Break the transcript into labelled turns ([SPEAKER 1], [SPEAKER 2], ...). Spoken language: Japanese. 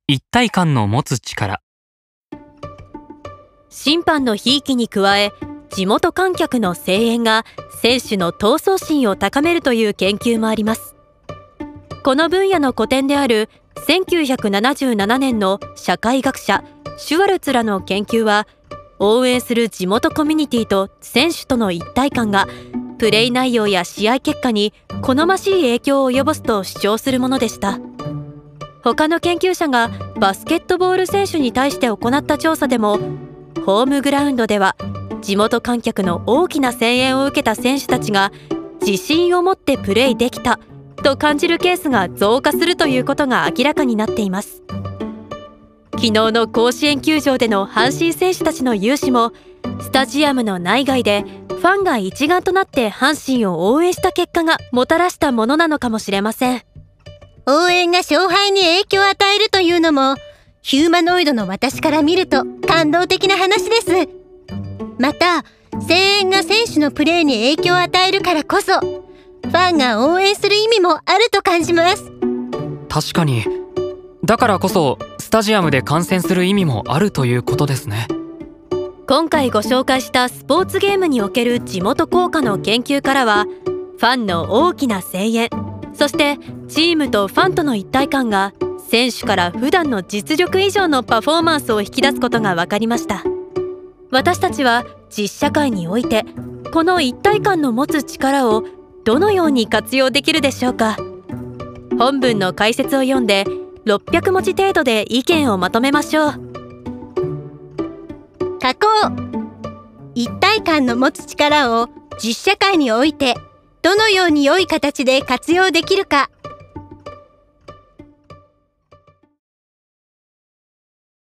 [SPEAKER 1] 一体感の持つ力。
[SPEAKER 2] 審判のひいきに加え、地元観客の声援が選手の闘争心を高めるという研究もあります。この分野の古典である1977年の社会学者シュワルツらの研究は、応援する地元コミュニティと選手との一体感がプレー内容や試合結果に好ましい影響を及ぼすと主張するものでした。他の研究者がバスケットボール選手に対して行った調査でも、ホームグラウンドでは地元観客の大きな声援を受けた選手たちが自信を持ってプレーできたと感じるケースが増加するということが明らかになっています。昨日の甲子園球場での阪神選手たちの雄姿も、スタジアムの内外でファンが一丸となって阪神を応援した結果がもたらしたものなのかもしれません。
[SPEAKER 3] 応援が勝敗に影響を与えるというのも、ヒューマノイドの私から見ると感動的な話です。また、声援が選手のプレーに影響を与えるからこそ、ファンが応援する意味もあると感じます。
[SPEAKER 1] 確かに。だからこそスタジアムで観戦する意味もあるということですね。
[SPEAKER 2] 今回ご紹介したスポーツゲームにおける地元効果の研究からは、ファンの大きな声援、そしてチームとファンとの一体感が選手から普段の実力以上のパフォーマンスを引き出すことが分かりました。私たちは実社会においてこの一体感の持つ力をどのように活用できるでしょうか。本文の解説を読んで600文字程度で意見をまとめましょう。
[SPEAKER 3] 加工。一体感の持つ力を実社会においてどのように良い形で活用できるか。